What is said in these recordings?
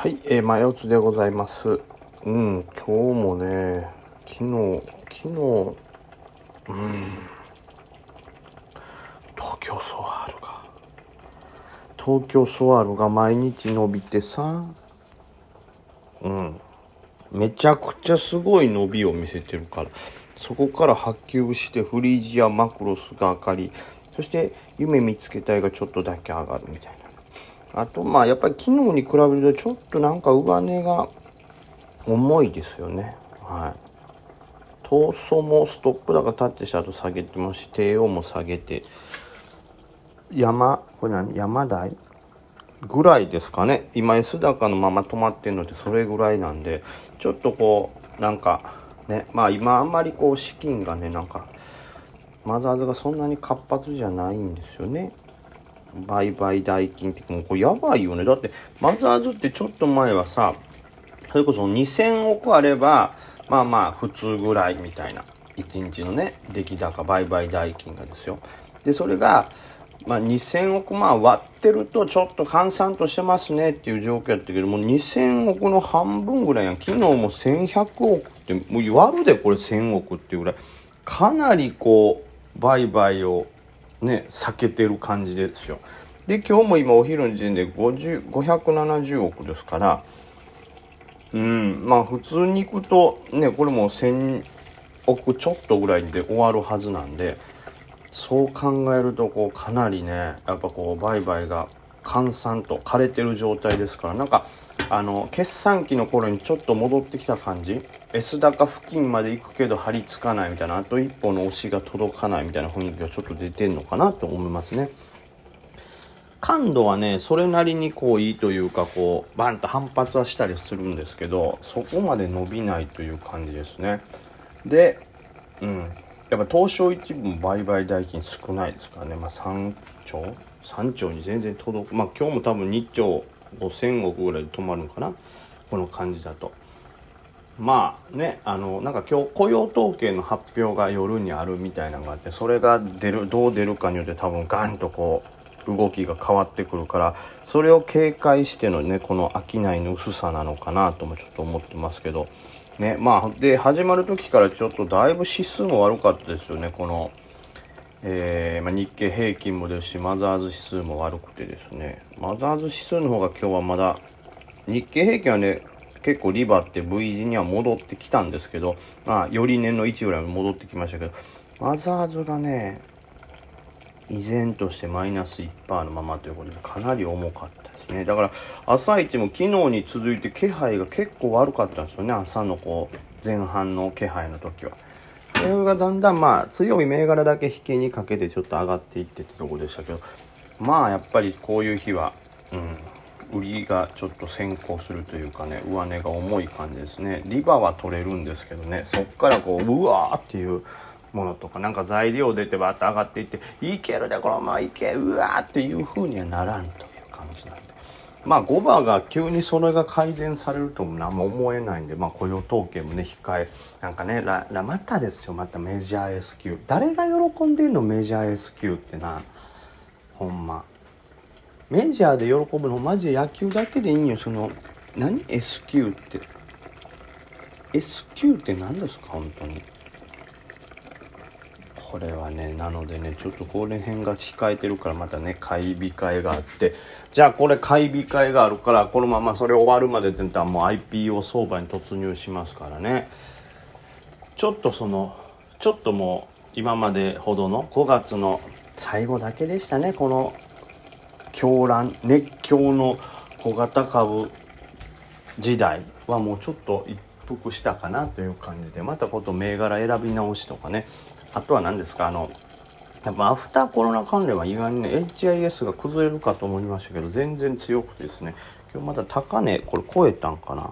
はい、前おつでございます。今日もね、昨日、東京ソワールが毎日伸びてさ、めちゃくちゃすごい伸びを見せてるから、そこから波及してフリージアマクロスが上がり、そして夢見つけたいがちょっとだけ上がるみたいな。あとやっぱり昨日に比べるとちょっとなんか上値が重いですよね。闘争もストップ高タッチした後下げてますし、低温も下げて、これ山台ぐらいですかね。今 S 高のまま止まってるのでそれぐらいなんで、ちょっとなんかね、今あんまり資金がね、なんかマザーズがそんなに活発じゃないんですよね。売買代金ってもうこれやばいよね。だってマザーズってちょっと前はさ、それこそ2000億あれば普通ぐらいみたいな、1日のね出来高売買代金がですよ。でそれが2000億割ってるとちょっと換算としてますねっていう状況やったけども、2000億の半分ぐらいやん。昨日も1100億ってもう割るでこれ1000億っていうぐらい、かなり売買をね避けてる感じですよ。で今日も今お昼の時点で570億ですから、普通に行くとね、これも1000億ちょっとぐらいで終わるはずなんで、そう考えるとかなりね、やっぱ売買が閑散と枯れてる状態ですから、なんか決算期の頃にちょっと戻ってきた感じ、 S 高付近まで行くけど張り付かないみたいな、あと一歩の押しが届かないみたいな雰囲気がちょっと出てんのかなと思いますね。感度はねそれなりにいいというか、バンと反発はしたりするんですけど、そこまで伸びないという感じですね。でやっぱ東証一部も売買代金少ないですからね。3兆に全然届く。今日も多分2兆5000億ぐらいで止まるのかな、この感じだと。なんか今日雇用統計の発表が夜にあるみたいなのがあって、それがどう出るかによって多分ガンと動きが変わってくるから、それを警戒してのねこの商いの薄さなのかなともちょっと思ってますけどね。で始まる時からちょっとだいぶ指数も悪かったですよね。日経平均もですし、マザーズ指数も悪くてですね、マザーズ指数の方が今日はまだ、日経平均はね結構リバって V 字には戻ってきたんですけど、より年の1ぐらい戻ってきましたけど、マザーズがね依然としてマイナス 1% のままということで、かなり重かったですね。だから朝一も昨日に続いて気配が結構悪かったんですよね。朝の前半の気配の時は。それがだんだん強い銘柄だけ引けにかけてちょっと上がっていってってとこでしたけど、やっぱりこういう日は売りがちょっと先行するというかね、上値が重い感じですね。リバは取れるんですけどね、そっからうわーっていうものとか、なんか材料出てバーッと上がっていって、いけるでこのいけうわーっていう風にはならんという感じなんで、5番が急にそれが改善されるとも何も思えないんで、雇用統計もね控え、なんかねまたですよ、またメジャー S q、 誰が喜んでるのメジャー S q ってな、ほんまメジャーで喜ぶのマジで野球だけでいいんよ。何 S q って S q って何ですか本当に。これはね、なのでねちょっとこの辺が控えてるから、またね買い控えがあって、じゃあこれ買い控えがあるからこのままそれ終わるまでって言ったらもう IPO 相場に突入しますからね。ちょっともう今までほどの5月の最後だけでしたね、この狂乱熱狂の小型株時代はもうちょっと一服したかなという感じで、また銘柄選び直しとかね、あとは何ですか、やっぱアフターコロナ関連は意外にね HIS が崩れるかと思いましたけど、全然強くてですね、今日また高値これ超えたんかな、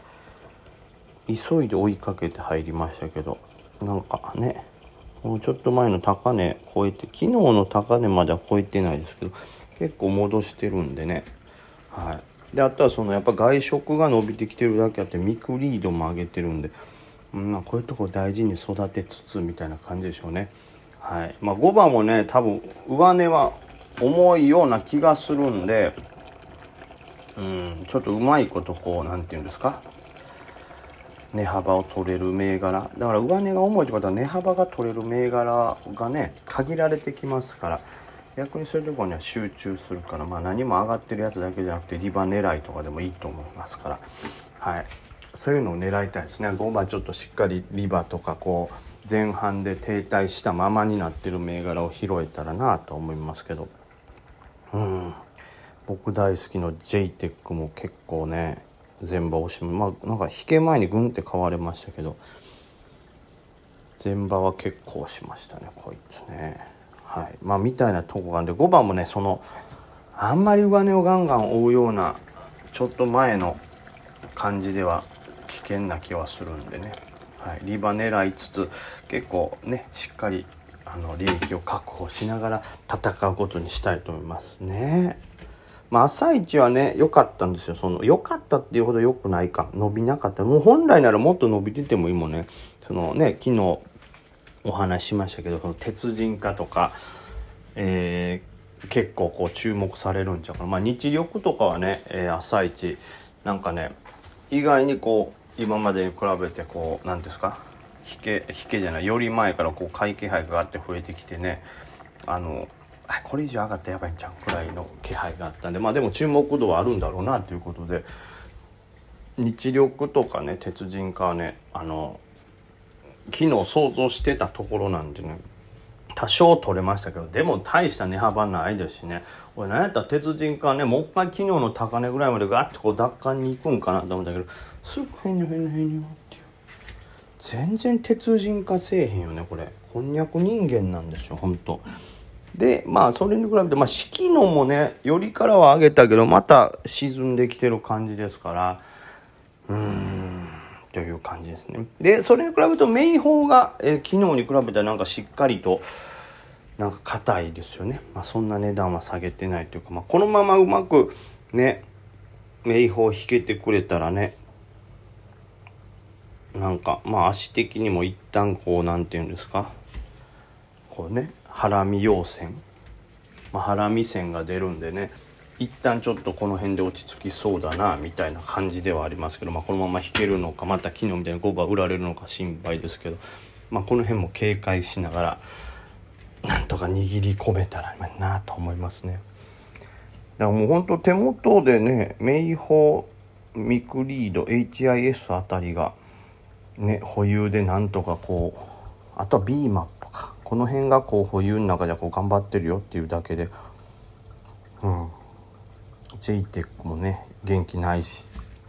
急いで追いかけて入りましたけど、なんかねもうちょっと前の高値超えて、昨日の高値までは超えてないですけど結構戻してるんでね。であとはやっぱ外食が伸びてきてるだけあって、ミクリードも上げてるんで、こういうとこ大事に育てつつみたいな感じでしょうね。5番もね多分上値は重いような気がするんで、 ちょっとうまいことこうなんていうんですか、値幅を取れる銘柄だから、上値が重いってことは値幅が取れる銘柄がね限られてきますから、逆にそういうところには集中するから、何も上がってるやつだけじゃなくてリバ狙いとかでもいいと思いますから、はい、そういうのを狙いたいですね。5番ちょっとしっかりリバとかこう前半で停滞したままになってる銘柄を拾えたらなと思いますけど、僕大好きの JTEC も結構ね前場押しなんか引け前にグンって買われましたけど、前場は結構しましたねこいつね。はい、みたいなとこがあるんで、5番もねあんまり上値をガンガン追うようなちょっと前の感じでは危険な気はするんでね、はい、リバ狙いつつ結構ねしっかり利益を確保しながら戦うことにしたいと思いますね。朝一はね良かったんですよ。良かったっていうほど良くないか、伸びなかった。もう本来ならもっと伸びててもいいもんね。昨日お話ししましたけど、鉄人化とか、結構こう注目されるんちゃうかな。日力とかはね、朝一なんかね意外にこう今までに比べてこう何ですか、引けじゃないより前からこう買い気配があって増えてきてね、これ以上上がったらやばいんちゃうくらいの気配があったんで、でも注目度はあるんだろうなということで、日力とかね鉄人化はね昨日想像してたところなんでね多少取れましたけど、でも大した値幅ないですしね。俺何やったら鉄人化はねもう一回昨日の高値ぐらいまでガッとこう奪還に行くんかなと思ったけど、すぐ変にっていう全然鉄人化せえへんよね。これこんにゃく人間なんですよ本当で。それに比べて四季のもねよりからは上げたけどまた沈んできてる感じですから、という感じですね。でそれに比べると明豊が、昨日に比べたらなんかしっかりとなんか硬いですよね。そんな値段は下げてないというか、このままうまくね明豊引けてくれたらね、なんか足的にも一旦こうなんていうんですか、こうねハラミ陽線、ハラミ線が出るんでね、一旦ちょっとこの辺で落ち着きそうだなみたいな感じではありますけど、このまま引けるのかまた昨日みたいに5番売られるのか心配ですけど、この辺も警戒しながらなんとか握り込めたらなと思いますね。だからもう本当手元でね明豊ミクリード HIS あたりがね保有でなんとかこう、あとは B マップかこの辺がこう保有の中でこう頑張ってるよっていうだけで、JTEC もね元気ないし、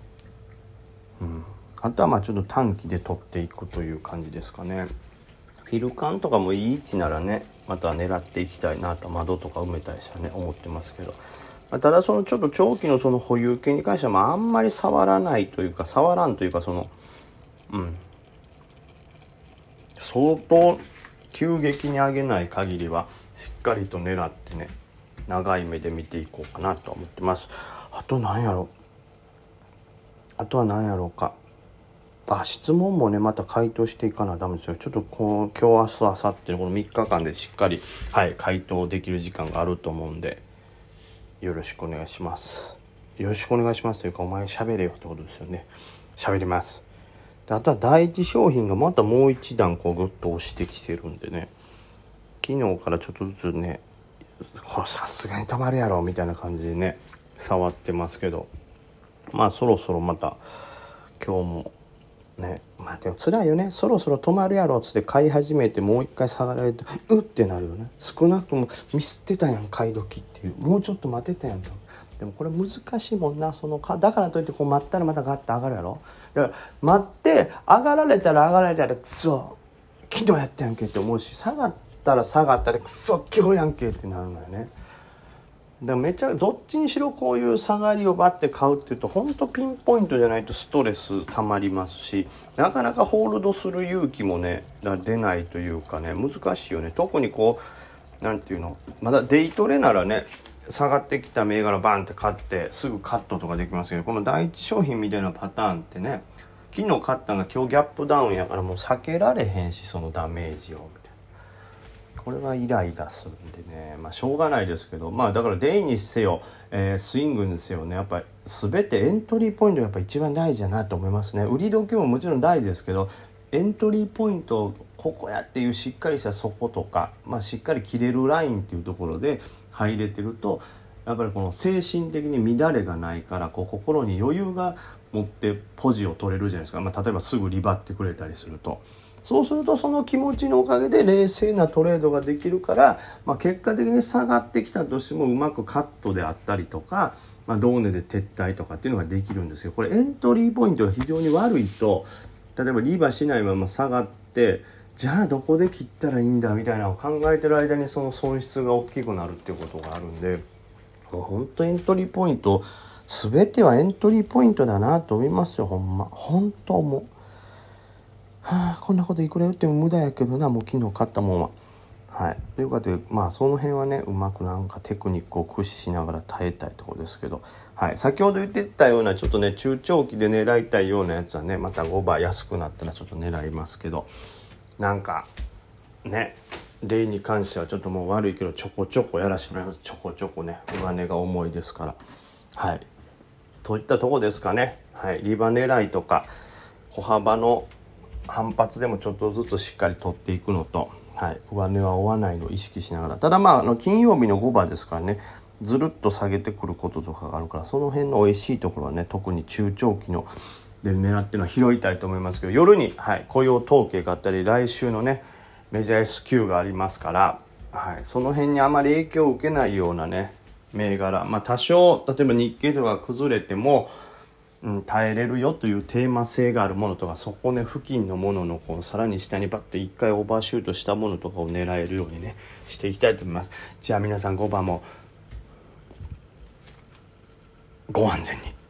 あとはちょっと短期で取っていくという感じですかね。フィルカンとかもいい位置ならねまた狙っていきたいなと、窓とか埋めたりしたらね思ってますけど、ただちょっと長期の保有権に関してはあんまり触らんというか相当急激に上げない限りはしっかりと狙ってね長い目で見ていこうかなと思ってます。あとは何やろうか。質問もねまた回答していかなダメですよ。ちょっと今日明日明後日のこの3日間でしっかり回答できる時間があると思うんでよろしくお願いします。よろしくお願いしますというか、お前喋れよってことですよね。喋ります。であとは第一商品がまたもう一段こうグッと押してきてるんでね、昨日からちょっとずつねこれさすがにたまるやろみたいな感じでね触ってますけど、そろそろまた今日もね、でも辛いよね。そろそろ止まるやろっつって買い始めてもう一回下がられるとうってなるよね。少なくともミスってたやん買い時っていう、もうちょっと待てたやんと。でもこれ難しいもんな。だからといってこう待ったらまたガッと上がるやろ。だから待って上がられたらクソ昨日やったやんけって思うし、下がったらクソ今日やんけってなるのよね。だからどっちにしろこういう下がりをバッて買うっていうと本当ピンポイントじゃないとストレスたまりますし、なかなかホールドする勇気もね出ないというかね難しいよね。特にこうなんていうの、まだデイトレならね下がってきた銘柄バンって買ってすぐカットとかできますけど、この第一商品みたいなパターンってね昨日買ったのが今日ギャップダウンやからもう避けられへんし、そのダメージをみたいな。 これはイライラするんでね、しょうがないですけど、だからデイにせよ、スイングにせよね、やっぱり全てエントリーポイントがやっぱ一番大事だなと思いますね。売り時ももちろん大事ですけど、エントリーポイントここやっていうしっかりしたそことか、しっかり切れるラインっていうところで入れてると、やっぱりこの精神的に乱れがないから、心に余裕が持ってポジを取れるじゃないですか。例えばすぐリバってくれたりすると、そうするとその気持ちのおかげで冷静なトレードができるから、結果的に下がってきたとしてもうまくカットであったりとか、同値で撤退とかっていうのができるんですけど、これエントリーポイントが非常に悪いと、例えばリバしないまま下がって、じゃあどこで切ったらいいんだみたいなのを考えてる間にその損失が大きくなるっていうことがあるんで、本当エントリーポイント、全てはエントリーポイントだなと思いますよ。本当思う。こんなこといくら言っても無駄やけどな、もう昨日買ったもんは。ということで、その辺はね、うまくなんかテクニックを駆使しながら耐えたいところですけど、先ほど言ってたようなちょっとね、中長期で狙いたいようなやつはね、また5倍安くなったらちょっと狙いますけど、なんかね、デイに関してはちょっともう悪いけどちょこちょこやらせてもらいます。ちょこちょこね、上値が重いですから。といったとこですかね。リバ狙いとか小幅の反発でもちょっとずつしっかり取っていくのと、上値は追わないのを意識しながら、ただ金曜日の5番ですからね、ずるっと下げてくることとかがあるから、その辺の美味しいところはね、特に中長期ので狙ってのは拾いたいと思いますけど、夜に、雇用統計があったり、来週のねメジャー S q がありますから、その辺にあまり影響を受けないようなね銘柄、多少例えば日経とか崩れても、耐えれるよというテーマ性があるものとか、底根付近のもののさらに下にバッと1回オーバーシュートしたものとかを狙えるようにねしていきたいと思います。じゃあ皆さん5番もご安全に。